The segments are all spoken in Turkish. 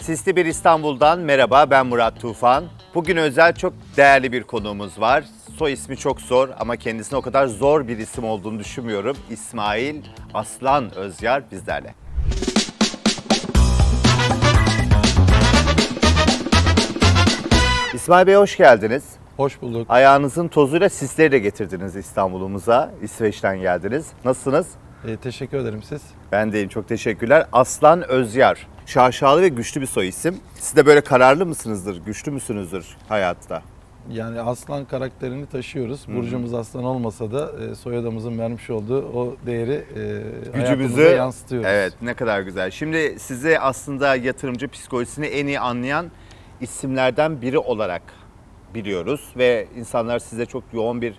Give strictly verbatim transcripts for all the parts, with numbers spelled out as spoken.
Sisli bir İstanbul'dan merhaba, ben Murat Tufan. Bugün özel çok değerli bir konuğumuz var. Soy ismi çok zor ama kendisine o kadar zor bir isim olduğunu düşünmüyorum. İsmail Aslan Özyar bizlerle. İsmail Bey hoş geldiniz. Hoş bulduk. Ayağınızın tozuyla sisleri de getirdiniz İstanbul'umuza. İsveç'ten geldiniz. Nasılsınız? Ee, teşekkür ederim siz. Ben deyim, çok teşekkürler. Aslan Özyar. Şaşalı ve güçlü bir soy isim. Siz de böyle kararlı mısınızdır, güçlü müsünüzdür hayatta? Yani aslan karakterini taşıyoruz. Hmm. Burcumuz aslan olmasa da e, soyadımızın vermiş olduğu o değeri e, hayatımıza yansıtıyoruz. Evet, ne kadar güzel. Şimdi sizi aslında yatırımcı psikolojisini en iyi anlayan isimlerden biri olarak biliyoruz. Ve insanlar size çok yoğun bir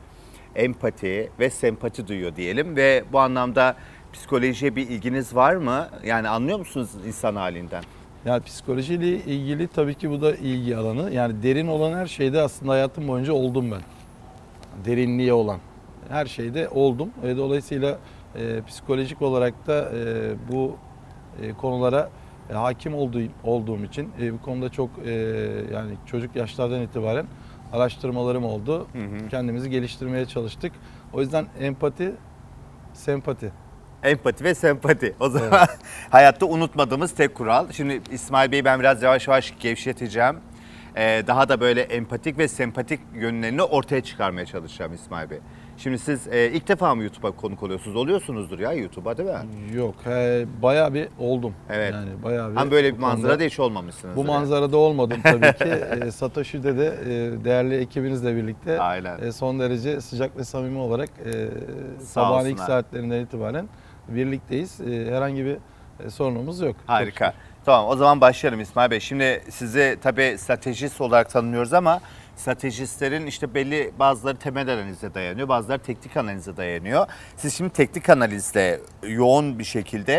empati ve sempati duyuyor diyelim. Ve bu anlamda psikolojiye bir ilginiz var mı? Yani anlıyor musunuz insan halinden? Yani psikolojiyle ilgili tabii ki bu da ilgi alanı. Yani derin olan her şeyde aslında hayatım boyunca oldum ben. Derinliğe olan her şeyde oldum. E, dolayısıyla e, psikolojik olarak da e, bu e, konulara e, hakim olduğum, olduğum için e, bu konuda çok e, yani çocuk yaşlardan itibaren araştırmalarım oldu. Hı hı. Kendimizi geliştirmeye çalıştık. O yüzden empati, sempati. Empati ve sempati. O zaman evet. Hayatta unutmadığımız tek kural. Şimdi İsmail Bey'i ben biraz yavaş yavaş gevşeteceğim. Ee, daha da böyle empatik ve sempatik yönlerini ortaya çıkarmaya çalışacağım İsmail Bey. Şimdi siz e, ilk defa mı YouTube'a konuk oluyorsunuz? Oluyorsunuzdur ya YouTube'a, değil mi? Yok. He, bayağı bir oldum. Evet. Yani bayağı bir. Hem böyle bir manzarada hiç olmamışsınız. Bu yani. Manzarada olmadım tabii ki. e, Satoshi'de de e, değerli ekibinizle birlikte e, son derece sıcak ve samimi olarak e, sabahın ilk saatlerinden itibaren birlikteyiz. E, herhangi bir e, sorunumuz yok. Harika. Tamam, o zaman başlayalım İsmail Bey. Şimdi sizi tabii stratejist olarak tanımlıyoruz ama stratejistlerin işte belli bazıları temel analize dayanıyor, bazıları teknik analize dayanıyor. Siz şimdi teknik analizle yoğun bir şekilde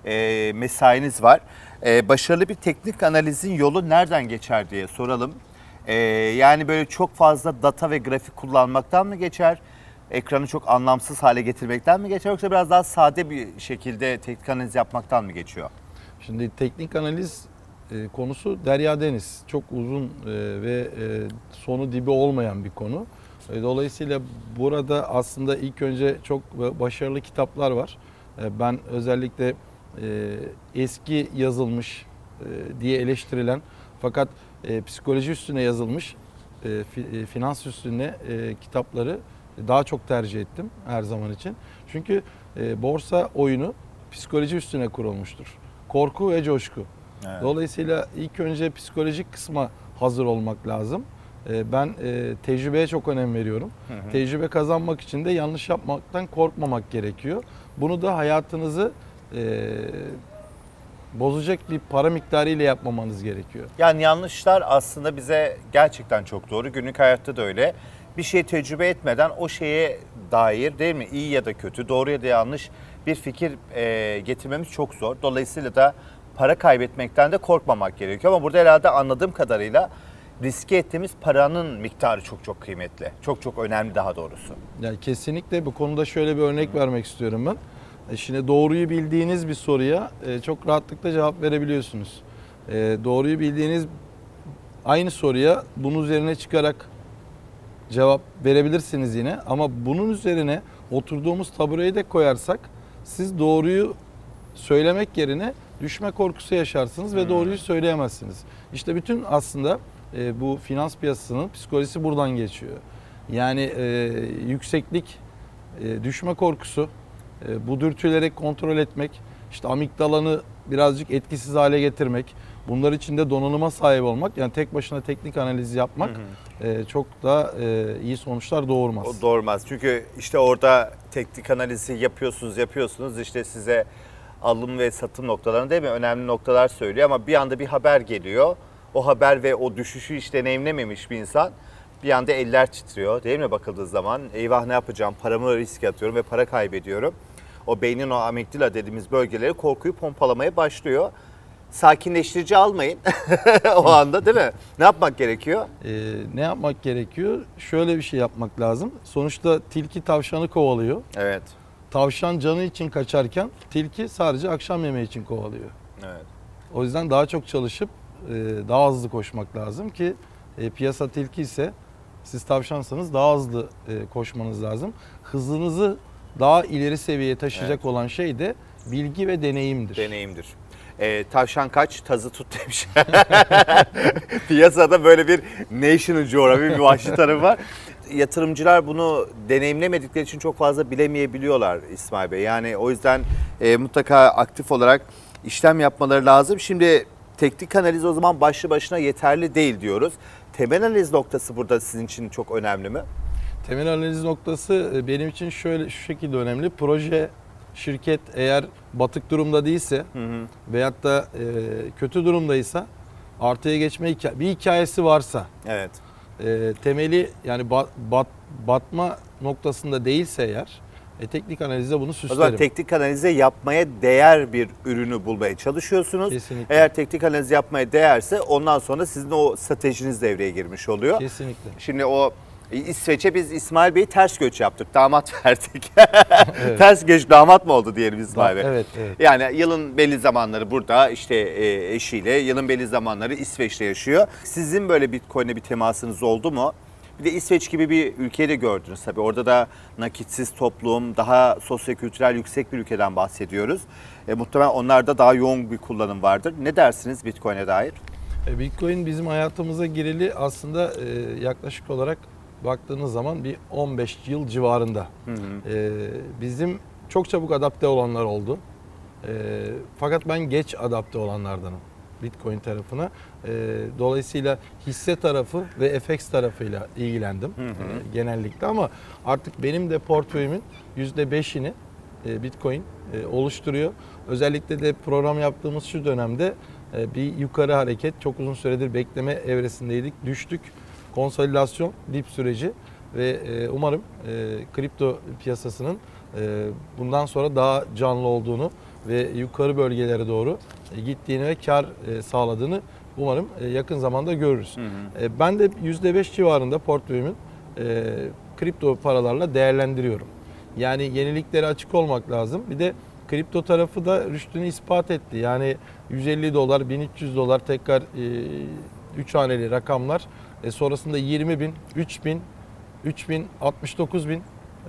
e, mesainiz var. E, başarılı bir teknik analizin yolu nereden geçer diye soralım. E, yani böyle çok fazla data ve grafik kullanmaktan mı geçer? Ekranı çok anlamsız hale getirmekten mi geçer, yoksa biraz daha sade bir şekilde teknik analiz yapmaktan mı geçiyor? Şimdi teknik analiz e, konusu derya deniz. Çok uzun e, ve e, sonu dibi olmayan bir konu. E, dolayısıyla burada aslında ilk önce çok başarılı kitaplar var. E, ben özellikle e, eski yazılmış e, diye eleştirilen fakat e, psikoloji üstüne yazılmış, e, fi, e, finans üstüne e, kitapları daha çok tercih ettim her zaman için. Çünkü e, borsa oyunu psikoloji üstüne kurulmuştur. Korku ve coşku. Evet. Dolayısıyla ilk önce psikolojik kısma hazır olmak lazım. E, ben e, tecrübeye çok önem veriyorum. Hı hı. Tecrübe kazanmak için de yanlış yapmaktan korkmamak gerekiyor. Bunu da hayatınızı e, bozacak bir para miktarı ile yapmamanız gerekiyor. Yani yanlışlar aslında bize gerçekten çok doğru. Günlük hayatta da öyle. Bir şey tecrübe etmeden o şeye dair, değil mi, iyi ya da kötü, doğru ya da yanlış bir fikir e, getirmemiz çok zor. Dolayısıyla da para kaybetmekten de korkmamak gerekiyor. Ama burada herhalde anladığım kadarıyla riske ettiğimiz paranın miktarı çok çok kıymetli. Çok çok önemli daha doğrusu. Yani kesinlikle bu konuda şöyle bir örnek Hı. vermek istiyorum ben. E şimdi doğruyu bildiğiniz bir soruya e, çok rahatlıkla cevap verebiliyorsunuz. E, doğruyu bildiğiniz aynı soruya bunun üzerine çıkarak cevap verebilirsiniz yine, ama bunun üzerine oturduğumuz tabureyi de koyarsak siz doğruyu söylemek yerine düşme korkusu yaşarsınız ve hmm. doğruyu söyleyemezsiniz. İşte bütün aslında e, bu finans piyasasının psikolojisi buradan geçiyor. Yani e, yükseklik, e, düşme korkusu, e, bu dürtüleri kontrol etmek, işte amigdalanı birazcık etkisiz hale getirmek, bunlar için de donanıma sahip olmak, yani tek başına teknik analiz yapmak hı hı. E, çok da e, iyi sonuçlar doğurmaz. O doğurmaz. Çünkü işte orada teknik analizi yapıyorsunuz, yapıyorsunuz. İşte size alım ve satım noktalarını, değil mi, önemli noktalar söylüyor ama bir anda bir haber geliyor. O haber ve o düşüşü hiç deneyimlememiş bir insan bir anda eller titriyor, değil mi, bakıldığı zaman? Eyvah, ne yapacağım? Paramı riske atıyorum ve para kaybediyorum. O beynin o amigdala dediğimiz bölgeleri korkuyu pompalamaya başlıyor. Sakinleştirici almayın o anda, değil mi? Ne yapmak gerekiyor? Ee, ne yapmak gerekiyor? Şöyle bir şey yapmak lazım. Sonuçta tilki tavşanı kovalıyor. Evet. Tavşan canı için kaçarken tilki sadece akşam yemeği için kovalıyor. Evet. O yüzden daha çok çalışıp daha hızlı koşmak lazım ki e, piyasa tilki ise siz tavşansanız daha hızlı e, koşmanız lazım. Hızınızı daha ileri seviyeye taşıyacak evet. olan şey de bilgi ve deneyimdir. Deneyimdir. Ee, tavşan kaç, tazı tut demiş. Piyasada böyle bir National Geographic bir vahşi tarafı var. Yatırımcılar bunu deneyimlemedikleri için çok fazla bilemeyebiliyorlar İsmail Bey. Yani o yüzden e, mutlaka aktif olarak işlem yapmaları lazım. Şimdi teknik analiz o zaman başlı başına yeterli değil diyoruz. Temel analiz noktası burada sizin için çok önemli mi? Temel analiz noktası benim için şöyle şu şekilde önemli. Proje, şirket eğer batık durumda değilse hı hı. veyahut da e, kötü durumdaysa, artıya geçme hikaye, bir hikayesi varsa, evet. e, temeli yani bat, bat, batma noktasında değilse eğer, e, teknik analizde bunu süslerim. O zaman teknik analize yapmaya değer bir ürünü bulmaya çalışıyorsunuz. Kesinlikle. Eğer teknik analiz yapmaya değerse ondan sonra sizin o stratejiniz devreye girmiş oluyor. Kesinlikle. Şimdi o İsveç'e biz İsmail Bey'i ters göç yaptık. Damat verdik. Evet. Ters göç damat mı oldu diyelim İsmail Bey? Evet, evet. Yani yılın belli zamanları burada işte eşiyle, yılın belli zamanları İsveç'te yaşıyor. Sizin böyle Bitcoin'e bir temasınız oldu mu? Bir de İsveç gibi bir ülkeyi de gördünüz tabii. Orada da nakitsiz toplum, daha sosyokültürel yüksek bir ülkeden bahsediyoruz. E, muhtemelen onlarda daha yoğun bir kullanım vardır. Ne dersiniz Bitcoin'e dair? Bitcoin bizim hayatımıza gireli aslında e, yaklaşık olarak baktığınız zaman bir on beş yıl civarında. Hı hı. E, bizim çok çabuk adapte olanlar oldu. E, fakat ben geç adapte olanlardanım Bitcoin tarafına. E, dolayısıyla hisse tarafı ve F X tarafıyla ilgilendim hı hı. E, genellikle ama artık benim de portföyümün yüzde beşini e, Bitcoin e, oluşturuyor. Özellikle de program yaptığımız şu dönemde e, bir yukarı hareket, çok uzun süredir bekleme evresindeydik, düştük. Konsolidasyon, dip süreci ve e, umarım e, kripto piyasasının e, bundan sonra daha canlı olduğunu ve yukarı bölgelere doğru e, gittiğini ve kar e, sağladığını umarım e, yakın zamanda görürüz. Hı hı. E, ben de yüzde beş civarında portföyümün e, kripto paralarla değerlendiriyorum. Yani yeniliklere açık olmak lazım. Bir de kripto tarafı da rüştünü ispat etti. Yani yüz elli dolar, bin üç yüz dolar tekrar üç haneli rakamlar. E sonrasında yirmi bin, üç bin, üç bin, altmış dokuz bin e,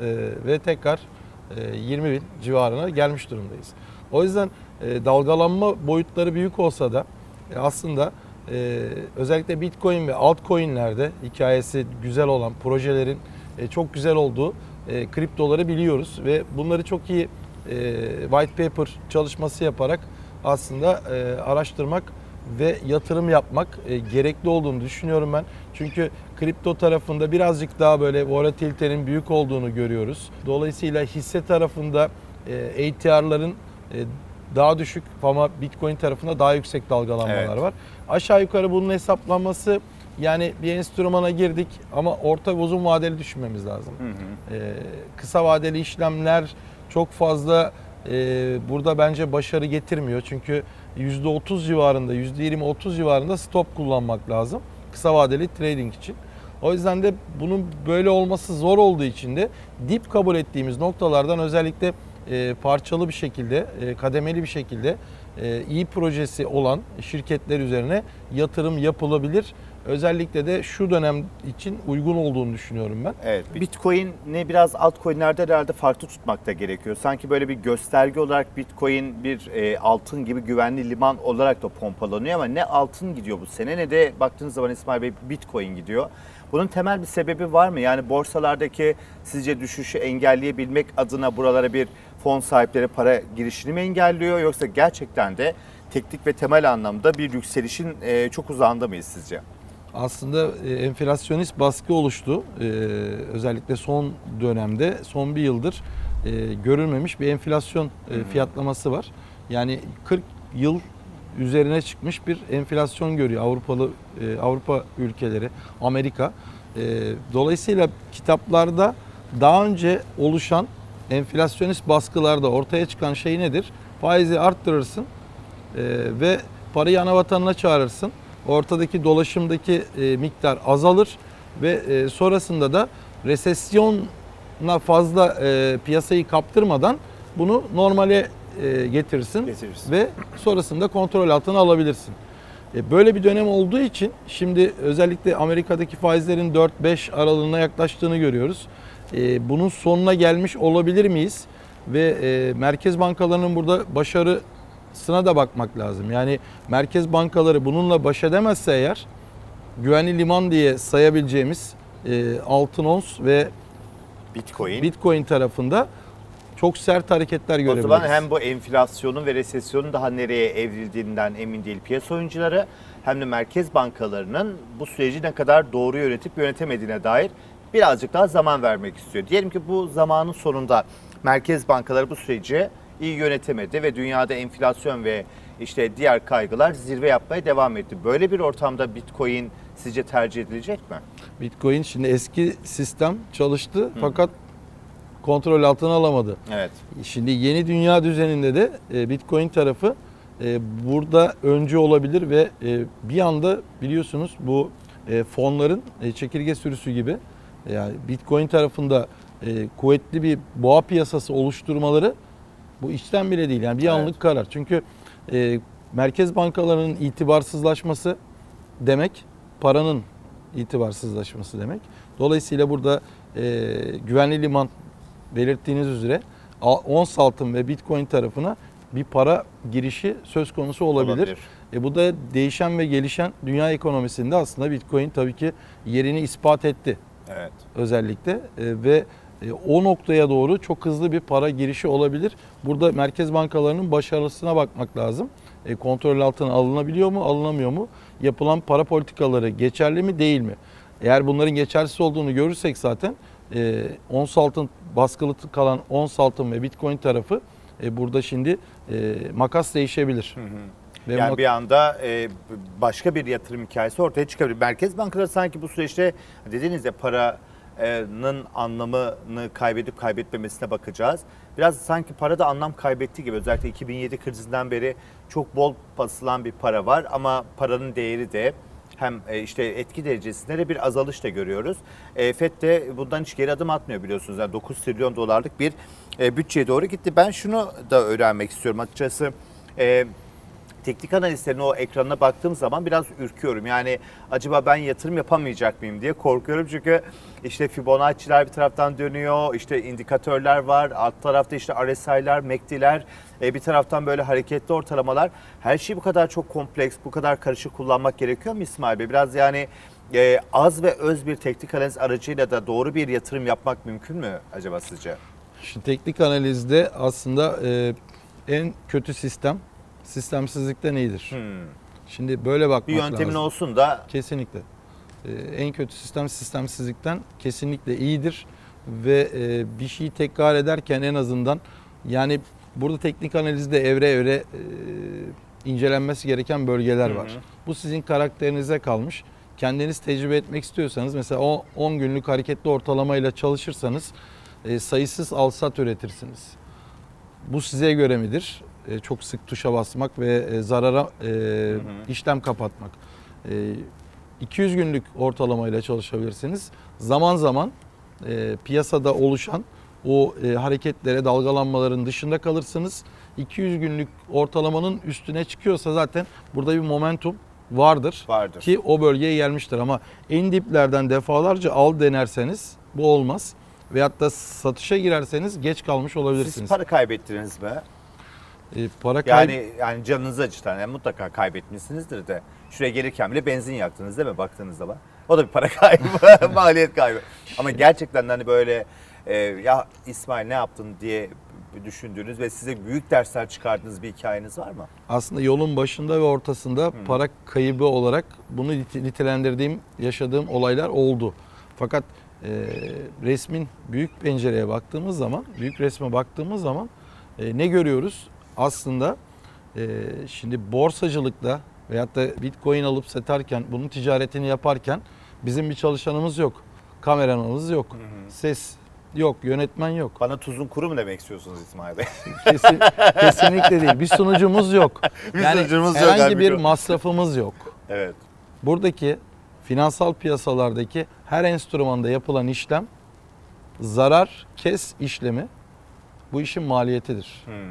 ve tekrar e, yirmi bin civarına gelmiş durumdayız. O yüzden e, dalgalanma boyutları büyük olsa da e, aslında e, özellikle Bitcoin ve altcoin'lerde hikayesi güzel olan projelerin e, çok güzel olduğu e, kriptoları biliyoruz ve bunları çok iyi e, white paper çalışması yaparak aslında e, araştırmak ve yatırım yapmak e, gerekli olduğunu düşünüyorum ben. Çünkü kripto tarafında birazcık daha böyle volatilitenin büyük olduğunu görüyoruz. Dolayısıyla hisse tarafında e, A T R'ların e, daha düşük ama Bitcoin tarafında daha yüksek dalgalanmalar evet. var. Aşağı yukarı bunun hesaplanması, yani bir enstrümana girdik ama orta ve uzun vadeli düşünmemiz lazım. Hı hı. E, kısa vadeli işlemler çok fazla e, burada bence başarı getirmiyor. Çünkü yüzde otuz civarında, yüzde yirmi otuz civarında stop kullanmak lazım kısa vadeli trading için. O yüzden de bunun böyle olması zor olduğu için de dip kabul ettiğimiz noktalardan özellikle e, parçalı bir şekilde, e, kademeli bir şekilde e, iyi projesi olan şirketler üzerine yatırım yapılabilir. Özellikle de şu dönem için uygun olduğunu düşünüyorum ben. Evet, Bitcoin'i biraz altcoin'lerde herhalde farklı tutmak da gerekiyor. Sanki böyle bir gösterge olarak Bitcoin bir e, altın gibi güvenli liman olarak da pompalanıyor ama ne altın gidiyor bu sene ne de baktığınız zaman İsmail Bey Bitcoin gidiyor. Bunun temel bir sebebi var mı? Yani borsalardaki sizce düşüşü engelleyebilmek adına buralara bir fon sahipleri para girişini mi engelliyor yoksa gerçekten de teknik ve temel anlamda bir yükselişin e, çok uzağında mıyız sizce? Aslında e, enflasyonist baskı oluştu. E, özellikle son dönemde, son bir yıldır e, görülmemiş bir enflasyon e, fiyatlaması var. Yani kırk yıl üzerine çıkmış bir enflasyon görüyor Avrupalı e, Avrupa ülkeleri, Amerika. E, dolayısıyla kitaplarda daha önce oluşan enflasyonist baskılarda ortaya çıkan şey nedir? Faizi arttırırsın e, ve parayı ana vatanına çağırırsın. Ortadaki dolaşımdaki e, miktar azalır ve e, sonrasında da resesyona fazla e, piyasayı kaptırmadan bunu normale e, getirirsin, getirirsin ve sonrasında kontrol altına alabilirsin. E, böyle bir dönem olduğu için şimdi özellikle Amerika'daki faizlerin dört beş aralığına yaklaştığını görüyoruz. E, bunun sonuna gelmiş olabilir miyiz? Ve e, merkez bankalarının burada başarısına da bakmak lazım. Yani merkez bankaları bununla baş edemezse eğer güvenli liman diye sayabileceğimiz e, altın ons ve Bitcoin. Bitcoin tarafında çok sert hareketler O görebiliriz. zaman hem bu enflasyonun ve resesyonun daha nereye evrildiğinden emin değil piyasa oyuncuları, hem de merkez bankalarının bu süreci ne kadar doğru yönetip yönetemediğine dair birazcık daha zaman vermek istiyor. Diyelim ki bu zamanın sonunda merkez bankaları bu süreci iyi yönetemedi ve dünyada enflasyon ve işte diğer kaygılar zirve yapmaya devam etti. Böyle bir ortamda Bitcoin sizce tercih edilecek mi? Bitcoin şimdi eski sistem çalıştı Hı. fakat kontrol altına alamadı. Evet. Şimdi yeni dünya düzeninde de Bitcoin tarafı burada öncü olabilir ve bir anda biliyorsunuz bu fonların çekirge sürüsü gibi yani Bitcoin tarafında kuvvetli bir boğa piyasası oluşturmaları bu işten bile değil. Yani bir anlık evet. karar. Çünkü merkez bankalarının itibarsızlaşması demek paranın itibarsızlaşması demek. Dolayısıyla burada güvenli liman belirttiğiniz üzere ons altın ve Bitcoin tarafına bir para girişi söz konusu olabilir. olabilir. E bu da değişen ve gelişen dünya ekonomisinde aslında Bitcoin tabii ki yerini ispat etti. Evet. Özellikle e, ve e, o noktaya doğru çok hızlı bir para girişi olabilir. Burada merkez bankalarının başarısına bakmak lazım. E, kontrol altına alınabiliyor mu, alınamıyor mu? Yapılan para politikaları geçerli mi, değil mi? Eğer bunların geçersiz olduğunu görürsek zaten e, ons altın baskılı kalan ons altın ve Bitcoin tarafı e, burada şimdi e, makas değişebilir. Hı hı. Ve yani bir anda e, başka bir yatırım hikayesi ortaya çıkabilir. Merkez bankaları sanki bu süreçte dediğiniz ya paranın anlamını kaybedip kaybetmemesine bakacağız. Biraz sanki para da anlam kaybettiği gibi, özellikle iki bin yedi krizinden beri çok bol basılan bir para var ama paranın değeri de hem işte etki derecesinde de bir azalış da görüyoruz. E, F E D de bundan hiç geri adım atmıyor biliyorsunuz. Yani dokuz trilyon dolarlık bir e, bütçeye doğru gitti. Ben şunu da öğrenmek istiyorum açıkçası. E, teknik analistlerin o ekranına baktığım zaman biraz ürküyorum. Yani acaba ben yatırım yapamayacak mıyım diye korkuyorum. Çünkü işte Fibonacci'ler bir taraftan dönüyor, işte indikatörler var, alt tarafta işte R S I'ler, M A C D'ler, bir taraftan böyle hareketli ortalamalar. Her şeyi bu kadar çok kompleks, bu kadar karışık kullanmak gerekiyor mu İsmail Bey? Biraz yani e, az ve öz bir teknik analiz aracıyla da doğru bir yatırım yapmak mümkün mü acaba sizce? Şimdi teknik analizde aslında e, en kötü sistem sistemsizlikten iyidir. Hmm. Şimdi böyle bakmak bir yöntemin lazım. olsun da. Kesinlikle. Ee, en kötü sistem sistemsizlikten kesinlikle iyidir ve e, bir şeyi tekrar ederken en azından yani burada teknik analizde evre evre e, incelenmesi gereken bölgeler var. Hı hı. Bu sizin karakterinize kalmış. Kendiniz tecrübe etmek istiyorsanız mesela o on günlük hareketli ortalamayla çalışırsanız e, sayısız alsat üretirsiniz. Bu size göre midir? E, çok sık tuşa basmak ve e, zarara e, hı hı. işlem kapatmak. E, iki yüz günlük ortalamayla çalışabilirsiniz. Zaman zaman e, piyasada oluşan o e, hareketlere, dalgalanmaların dışında kalırsınız. iki yüz günlük ortalamanın üstüne çıkıyorsa zaten burada bir momentum vardır, vardır. Ki o bölgeye gelmiştir. Ama en diplerden defalarca al denerseniz bu olmaz. Veyahut da satışa girerseniz geç kalmış olabilirsiniz. Siz para kaybettiniz mi? E, para yani kayb- yani canınızı acıtan, yani mutlaka kaybetmişsinizdir de. Şuraya gelirken bile benzin yaktınız değil mi baktığınız zaman? O da bir para kaybı, maliyet kaybı. Ama gerçekten hani böyle e, ya İsmail ne yaptın diye düşündüğünüz ve size büyük dersler çıkardığınız bir hikayeniz var mı? Aslında yolun başında ve ortasında hmm. para kaybı olarak bunu nitelendirdiğim, yaşadığım olaylar oldu. Fakat e, resmin büyük pencereye baktığımız zaman, büyük resme baktığımız zaman e, ne görüyoruz? Aslında e, şimdi borsacılıkta veyahut da Bitcoin alıp satarken, bunun ticaretini yaparken bizim bir çalışanımız yok. Kameramız yok. Hı hı. Ses yok, yönetmen yok. Bana tuzun kuru mu demek istiyorsunuz İsmail Bey? Kesin, kesinlikle değil. Bir sunucumuz yok. bir yani sunucumuz herhangi yok bir masrafımız yok. Evet. Buradaki finansal piyasalardaki her enstrümanda yapılan işlem zarar kes işlemi bu işin maliyetidir. Hmm.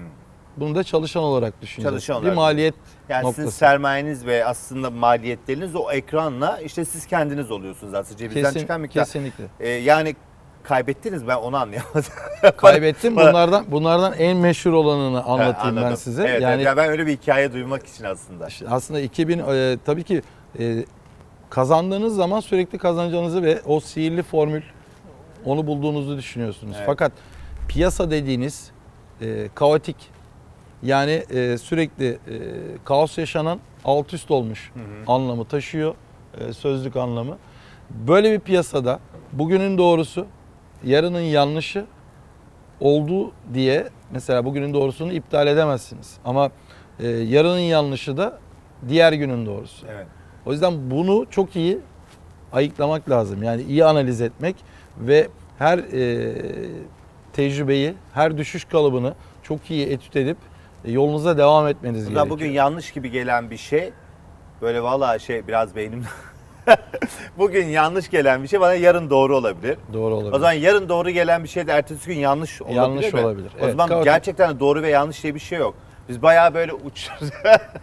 bunu da çalışan olarak düşüneceğiz. Çalışan bir olarak. maliyet Yani noktası. sizin sermayeniz ve aslında maliyetleriniz o ekranla işte siz kendiniz oluyorsunuz aslında cebinizden Kesin, çıkan miktar. kesinlikle. Ee, yani kaybettiniz, ben onu anlayamadım. Kaybettim. Bana- Bunlardan bunlardan en meşhur olanını anlatayım Ha, ben anladım. size. Evet, yani evet. Yani ben öyle bir hikaye duymak için aslında. aslında iki bin e, tabii ki e, kazandığınız zaman sürekli kazanacağınızı ve o sihirli formül, onu bulduğunuzu düşünüyorsunuz. Evet. Fakat piyasa dediğiniz e, kaotik, yani e, sürekli e, kaos yaşanan, alt üst olmuş Hı hı. anlamı taşıyor, e, sözlük anlamı. Böyle bir piyasada bugünün doğrusu, yarının yanlışı oldu diye mesela bugünün doğrusunu iptal edemezsiniz. Ama e, yarının yanlışı da diğer günün doğrusu. Evet. O yüzden bunu çok iyi ayıklamak lazım. Yani iyi analiz etmek ve her e, tecrübeyi, her düşüş kalıbını çok iyi etüt edip e, yolunuza devam etmeniz Ulan gerekiyor. bugün yanlış gibi gelen bir şey, böyle vallahi şey biraz beynim bugün yanlış gelen bir şey bana yarın doğru olabilir. Doğru olabilir. O zaman yarın doğru gelen bir şey de ertesi gün yanlış olabilir Yanlış mi? olabilir. O Evet, zaman kaotik. gerçekten de doğru ve yanlış diye bir şey yok. Biz bayağı böyle uçuyoruz.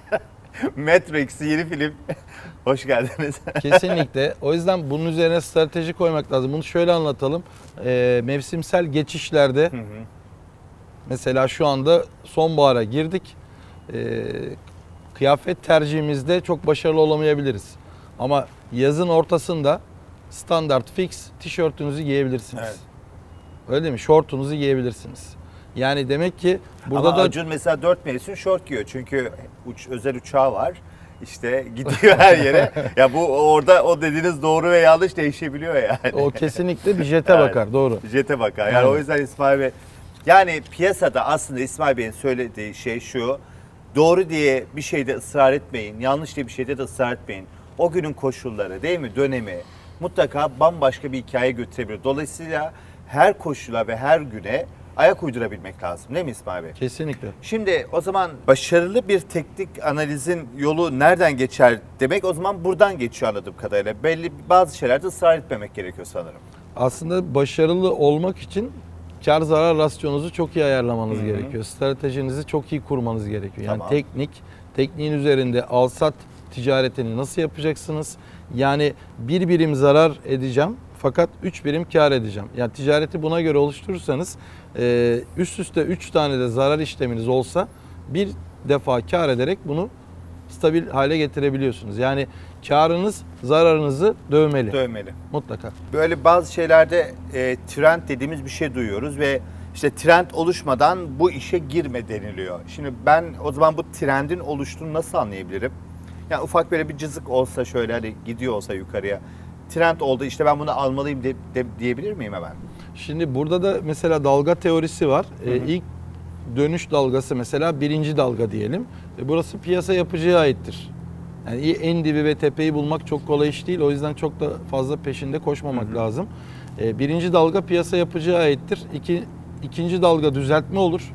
Matrix yeni film. Hoş geldiniz. Kesinlikle. O yüzden bunun üzerine strateji koymak lazım. Bunu şöyle anlatalım. E, mevsimsel geçişlerde Hı hı. mesela şu anda sonbahara girdik. E, kıyafet tercihimizde çok başarılı olamayabiliriz. Ama yazın ortasında standart fix tişörtünüzü giyebilirsiniz. Evet. Öyle değil mi? Şortunuzu giyebilirsiniz. Yani demek ki burada Ama da Acun mesela dört mevsim şort giyiyor. Çünkü uç, özel uçağı var. İşte gidiyor her yere. Ya bu orada o dediğiniz doğru ve yanlış değişebiliyor yani. o kesinlikle bir jete Evet. bakar. Doğru. Jete bakar. Yani Aynen. o yüzden İsmail Bey, yani piyasada aslında İsmail Bey'in söylediği şey şu: doğru diye bir şeyde ısrar etmeyin, yanlış diye bir şeyde de ısrar etmeyin. O günün koşulları, değil mi, dönemi mutlaka bambaşka bir hikaye götürebilir. Dolayısıyla her koşula ve her güne ayak uydurabilmek lazım, değil mi İsmail Bey? Kesinlikle. Şimdi o zaman başarılı bir teknik analizin yolu nereden geçer demek, o zaman buradan geçiyor anladığım kadarıyla. Belli bazı şeylerde ısrar etmemek gerekiyor sanırım. Aslında başarılı olmak için kar zarar rasyonunuzu çok iyi ayarlamanız Hı hı. gerekiyor. Stratejinizi çok iyi kurmanız gerekiyor. Yani Tamam. teknik, tekniğin üzerinde al-sat ticaretini nasıl yapacaksınız? Yani bir birim zarar edeceğim fakat üç birim kar edeceğim. Yani ticareti buna göre oluşturursanız e, üst üste üç tane de zarar işleminiz olsa bir defa kar ederek bunu stabil hale getirebiliyorsunuz. Yani karınız zararınızı dövmeli. Dövmeli. Mutlaka. Böyle bazı şeylerde e, trend dediğimiz bir şey duyuyoruz ve işte trend oluşmadan bu işe girme deniliyor. Şimdi ben o zaman bu trendin oluştuğunu nasıl anlayabilirim? Yani ufak böyle bir cızık olsa, şöyle hani gidiyor olsa yukarıya, trend oldu işte ben bunu almalıyım de, de, diyebilir miyim hemen? Şimdi burada da mesela dalga teorisi var. Hı hı. Ee, ilk dönüş dalgası mesela birinci dalga diyelim. E, burası piyasa yapıcıya aittir. Yani en dibi ve tepeyi bulmak çok kolay iş değil. O yüzden çok da fazla peşinde koşmamak Hı hı. lazım. E, birinci dalga piyasa yapıcıya aittir. İki, ikinci dalga düzeltme olur.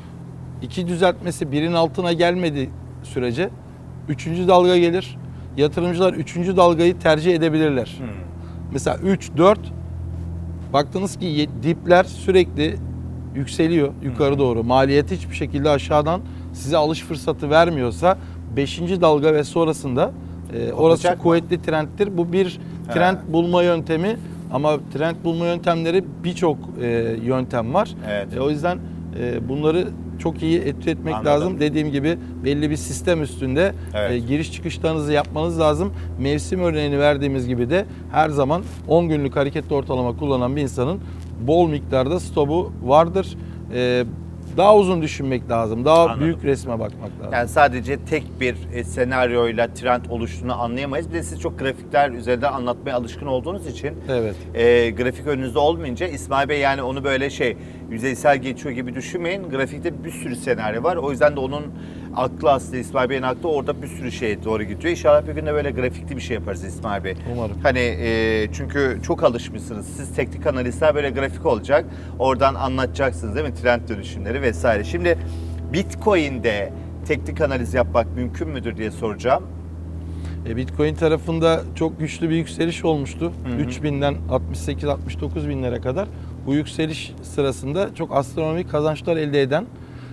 İki düzeltmesi birin altına gelmediği sürece üçüncü dalga gelir. Yatırımcılar üçüncü dalgayı tercih edebilirler. Hmm. Mesela üç, dört baktınız ki dipler sürekli yükseliyor yukarı doğru. Maliyet hiçbir şekilde aşağıdan size alış fırsatı vermiyorsa beşinci dalga ve sonrasında e, orası mı? kuvvetli trendtir. Bu bir trend He. bulma yöntemi ama trend bulma yöntemleri birçok e, yöntem var. Evet. E, o yüzden e, bunları çok iyi etüt etmek Anladım. lazım. Dediğim gibi belli bir sistem üstünde Evet. e, giriş çıkışlarınızı yapmanız lazım. Mevsim örneğini verdiğimiz gibi de her zaman on günlük hareketli ortalama kullanan bir insanın bol miktarda stopu vardır. E, daha uzun düşünmek lazım. Daha Anladım. büyük resme bakmak lazım. Yani sadece tek bir e, senaryoyla trend oluştuğunu anlayamayız. Bir de siz çok grafikler üzerinden anlatmaya alışkın olduğunuz için Evet. e, grafik önünüzde olmayınca İsmail Bey, yani onu böyle şey yüzeysel geçiyor gibi düşünmeyin. Grafikte bir sürü senaryo var. O yüzden de onun aklı, aslında İsmail Bey'in aklı orada bir sürü şeye doğru gidiyor. İnşallah bir gün de böyle grafikli bir şey yaparız İsmail Bey. Umarım. Hani e, çünkü çok alışmışsınız. Siz teknik analistler böyle grafik olacak. Oradan anlatacaksınız değil mi? Trend dönüşümleri vesaire. Şimdi Bitcoin'de teknik analiz yapmak mümkün müdür diye soracağım. E, Bitcoin tarafında çok güçlü bir yükseliş olmuştu. Hı hı. üç binden altmış sekiz altmış dokuz binlere kadar. Bu yükseliş sırasında çok astronomik kazançlar elde eden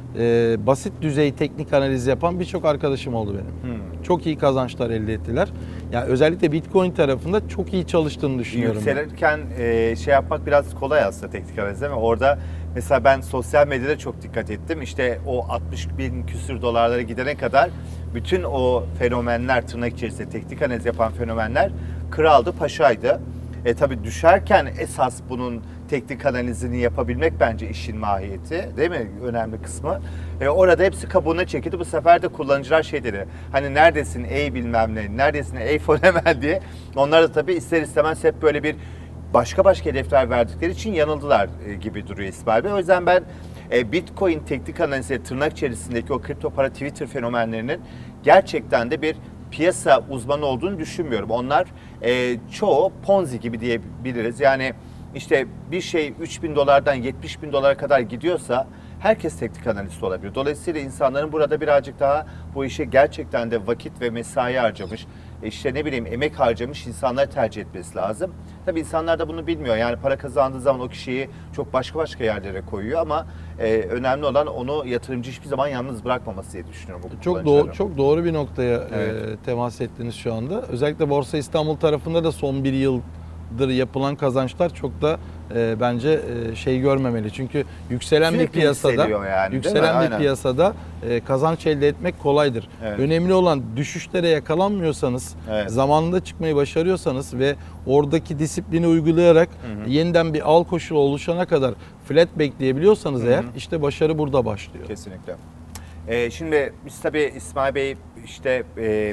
e, basit düzey teknik analiz yapan birçok arkadaşım oldu benim. Hmm. Çok iyi kazançlar elde ettiler. Yani özellikle Bitcoin tarafında çok iyi çalıştığını düşünüyorum. Yükselirken e, şey yapmak biraz kolay aslında teknik analiz değil mi? Orada mesela ben sosyal medyada çok dikkat ettim. İşte o altmış bin küsür dolarlara gidene kadar bütün o fenomenler, tırnak içerisinde teknik analiz yapan fenomenler kraldı, paşaydı. E tabi düşerken esas bunun teknik analizini yapabilmek bence işin mahiyeti, değil mi? Önemli kısmı. E orada hepsi kabuğuna çekildi. Bu sefer de kullanıcılar şey dedi. Hani neredesin ey bilmem ne, neredesin ey fenomen diye. Onlar da tabii ister istemez hep böyle bir başka başka hedefler verdikleri için yanıldılar gibi duruyor İsmail Bey. O yüzden ben Bitcoin teknik analizi tırnak içerisindeki o kripto para Twitter fenomenlerinin gerçekten de bir piyasa uzmanı olduğunu düşünmüyorum. Onlar e, çoğu Ponzi gibi diyebiliriz. Yani işte bir şey üç bin dolardan yetmiş bin dolara kadar gidiyorsa herkes teknik analist olabilir. Dolayısıyla insanların burada birazcık daha bu işe gerçekten de vakit ve mesai harcamış, işte ne bileyim emek harcamış insanları tercih etmesi lazım. Tabii insanlar da bunu bilmiyor. Yani para kazandığı zaman o kişiyi çok başka başka yerlere koyuyor ama e, önemli olan onu yatırımcı hiçbir zaman yalnız bırakmaması diye düşünüyorum. Çok doğru, çok doğru bir noktaya evet. e, temas ettiniz şu anda. Özellikle Borsa İstanbul tarafında da son bir yıldır yapılan kazançlar çok da e, bence e, şey görmemeli. Çünkü yükselen Sürekli bir piyasada yani, yükselen bir piyasada e, kazanç elde etmek kolaydır. Evet. Önemli olan düşüşlere yakalanmıyorsanız, evet. zamanında çıkmayı başarıyorsanız ve oradaki disiplini uygulayarak hı hı. yeniden bir al koşulu oluşana kadar flat bekleyebiliyorsanız hı hı. eğer işte başarı burada başlıyor. Kesinlikle. Ee, şimdi biz tabii İsmail Bey işte e,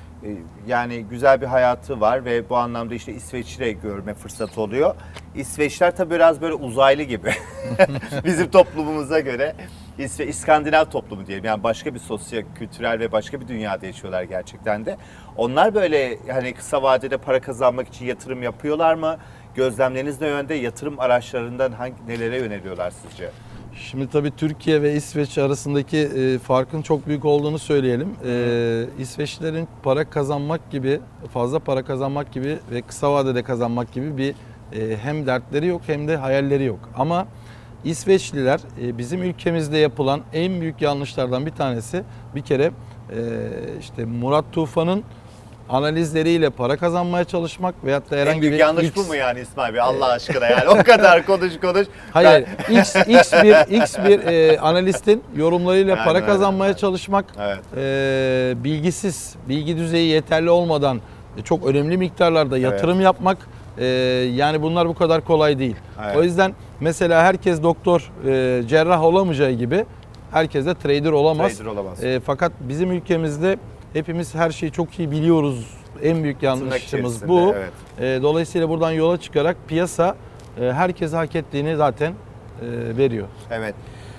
yani güzel bir hayatı var ve bu anlamda işte İsveç'i görme fırsatı oluyor. İsveçler tabii biraz böyle uzaylı gibi bizim toplumumuza göre. İsve İskandinav toplumu diyelim, yani başka bir sosyo kültürel ve başka bir dünyada yaşıyorlar gerçekten de. Onlar böyle hani kısa vadede para kazanmak için yatırım yapıyorlar mı? Gözlemleriniz ne yönde? Yatırım araçlarından hangi, nelere yöneliyorlar sizce? Şimdi tabii Türkiye ve İsveç arasındaki e, farkın çok büyük olduğunu söyleyelim. E, İsveçlilerin para kazanmak gibi, fazla para kazanmak gibi ve kısa vadede kazanmak gibi bir e, hem dertleri yok hem de hayalleri yok. Ama İsveçliler e, bizim ülkemizde yapılan en büyük yanlışlardan bir tanesi bir kere e, işte Murat Tufan'ın analizleriyle para kazanmaya çalışmak veyahut da herhangi en büyük bir yanlış X, bu mu yani İsmail Bey Allah aşkına yani o kadar konuş konuş. Hayır ben... X, X bir X bir e, analistin yorumlarıyla yani para öyle. kazanmaya evet. çalışmak evet. e, bilgisiz, bilgi düzeyi yeterli olmadan e, çok önemli miktarlarda yatırım evet. yapmak e, yani bunlar bu kadar kolay değil. Evet. O yüzden mesela herkes doktor, e, cerrah olamayacağı gibi herkes de trader olamaz. Trader olamaz. E, fakat bizim ülkemizde hepimiz her şeyi çok iyi biliyoruz. En büyük yanlışımız bu. Evet. E, dolayısıyla buradan yola çıkarak piyasa e, herkese hak ettiğini zaten e, veriyor. Evet.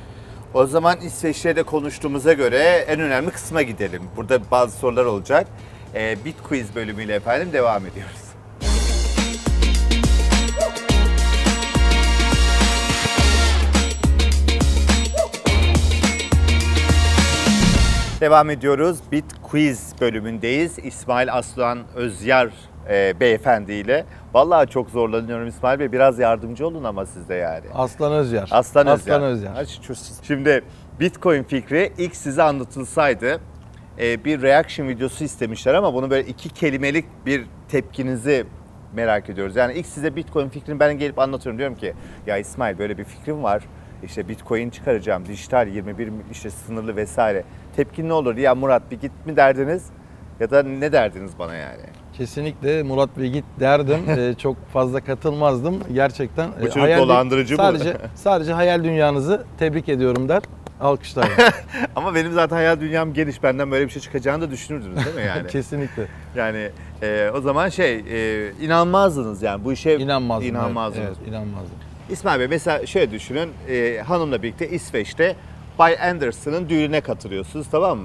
O zaman İsveç'te konuştuğumuza göre en önemli kısma gidelim. Burada bazı sorular olacak. E, BitQuiz bölümüyle efendim devam ediyoruz. Devam ediyoruz. BitQuiz bölümündeyiz. İsmail Aslan Özyar e, beyefendi ile. Vallahi çok zorlanıyorum İsmail Bey. Biraz yardımcı olun ama siz de yani. Aslan Özyar. Aslan Özyar. Aslan Özyar. Şimdi Bitcoin fikri ilk size anlatılsaydı e, bir reaction videosu istemişler ama bunu böyle iki kelimelik bir tepkinizi merak ediyoruz. Yani ilk size Bitcoin fikrini ben gelip anlatıyorum. Diyorum ki ya İsmail böyle bir fikrim var. İşte Bitcoin çıkaracağım, dijital yirmi bir işte sınırlı vesaire. Tepkin ne olur? Ya Murat bir git mi derdiniz ya da ne derdiniz bana yani? Kesinlikle Murat bir git derdim. ee, çok fazla katılmazdım. Gerçekten. Bu çocuk hayal, dolandırıcı sadece, mı? Sadece hayal dünyanızı tebrik ediyorum der. Alkışlarım. Ama benim zaten hayal dünyam geniş. Benden böyle bir şey çıkacağını da düşünürdünüz değil mi yani? Kesinlikle. Yani e, o zaman şey e, inanmazdınız yani bu işe inanmazdım. inanmazdınız. Evet, evet, inanmazdım. İsmail Bey mesela şöyle düşünün, e, hanımla birlikte İsveç'te Bay Anderson'ın düğününe katılıyorsunuz, tamam mı?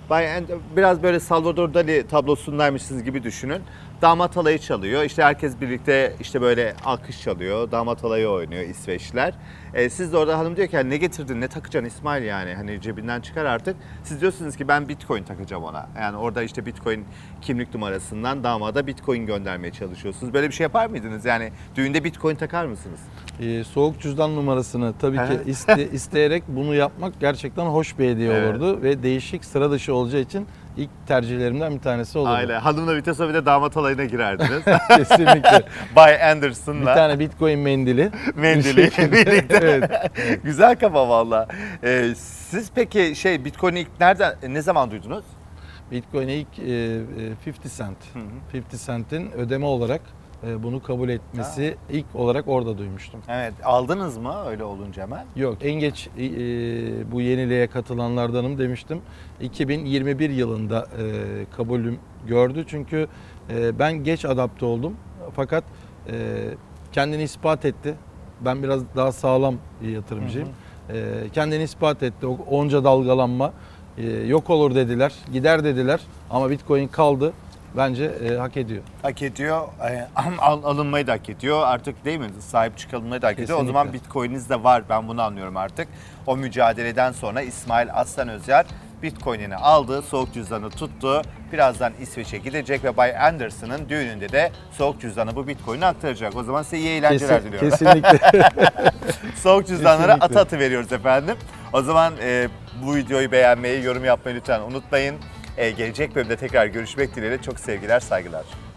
Bay And- biraz böyle Salvador Dali tablosundaymışsınız gibi düşünün. Damat alayı çalıyor. İşte herkes birlikte işte böyle alkış çalıyor. Damat alayı oynuyor İsveçliler. Ee, siz de orada hanım diyor ki ne getirdin, ne takacaksın İsmail yani. Hani cebinden çıkar artık. Siz diyorsunuz ki ben Bitcoin takacağım ona. Yani orada işte Bitcoin kimlik numarasından damada Bitcoin göndermeye çalışıyorsunuz. Böyle bir şey yapar mıydınız? Yani düğünde Bitcoin takar mısınız? Ee, soğuk cüzdan numarasını tabii ki Aha. iste, isteyerek bunu yapmak gerçekten hoş bir hediye Evet. olurdu ve değişik, sıra dışı olacağı için ilk tercihlerimden bir tanesi olurdu. Aile. Hanımla vitese bir de damat alayına girerdiniz. Kesinlikle. Bay Anderson'la. Bir tane Bitcoin mendili. Mendili Bir şekilde. birlikte. Evet. Güzel kafa valla. Ee, siz peki şey Bitcoin'i ilk nereden, ne zaman duydunuz? Bitcoin'e ilk e, e, elli cent. elli cent'in ödeme olarak e, bunu kabul etmesi ilk olarak orada duymuştum. Evet. Aldınız mı öyle olunca hemen? Yok, en geç e, bu yeniliğe katılanlardanım demiştim. iki bin yirmi bir yılında e, kabulüm gördü. Çünkü e, ben geç adapte oldum. Fakat e, kendini ispat etti. Ben biraz daha sağlam bir yatırımcıyım. Hı hı. E, kendini ispat etti. O onca dalgalanma e, yok olur dediler, gider dediler. Ama Bitcoin kaldı. Bence e, hak ediyor. Hak ediyor. Ee, al- alınmayı da hak ediyor. Artık değil mi? Sahip çıkılmayı da hak ediyor. O Kesinlikle. zaman Bitcoin'iniz de var. Ben bunu anlıyorum artık. O mücadeleden sonra İsmail Aslan Özer Bitcoin'ini aldı, soğuk cüzdanı tuttu. Birazdan İsveç'e gidecek ve Bay Anderson'ın düğününde de soğuk cüzdanı bu Bitcoin'i aktaracak. O zaman size iyi eğlenceler Kesin- diliyorum. Kesinlikle. Soğuk cüzdanlara Kesinlikle. atı atı veriyoruz efendim. O zaman e, bu videoyu beğenmeyi, yorum yapmayı lütfen unutmayın. E, gelecek bölümde tekrar görüşmek dileğiyle çok sevgiler, saygılar.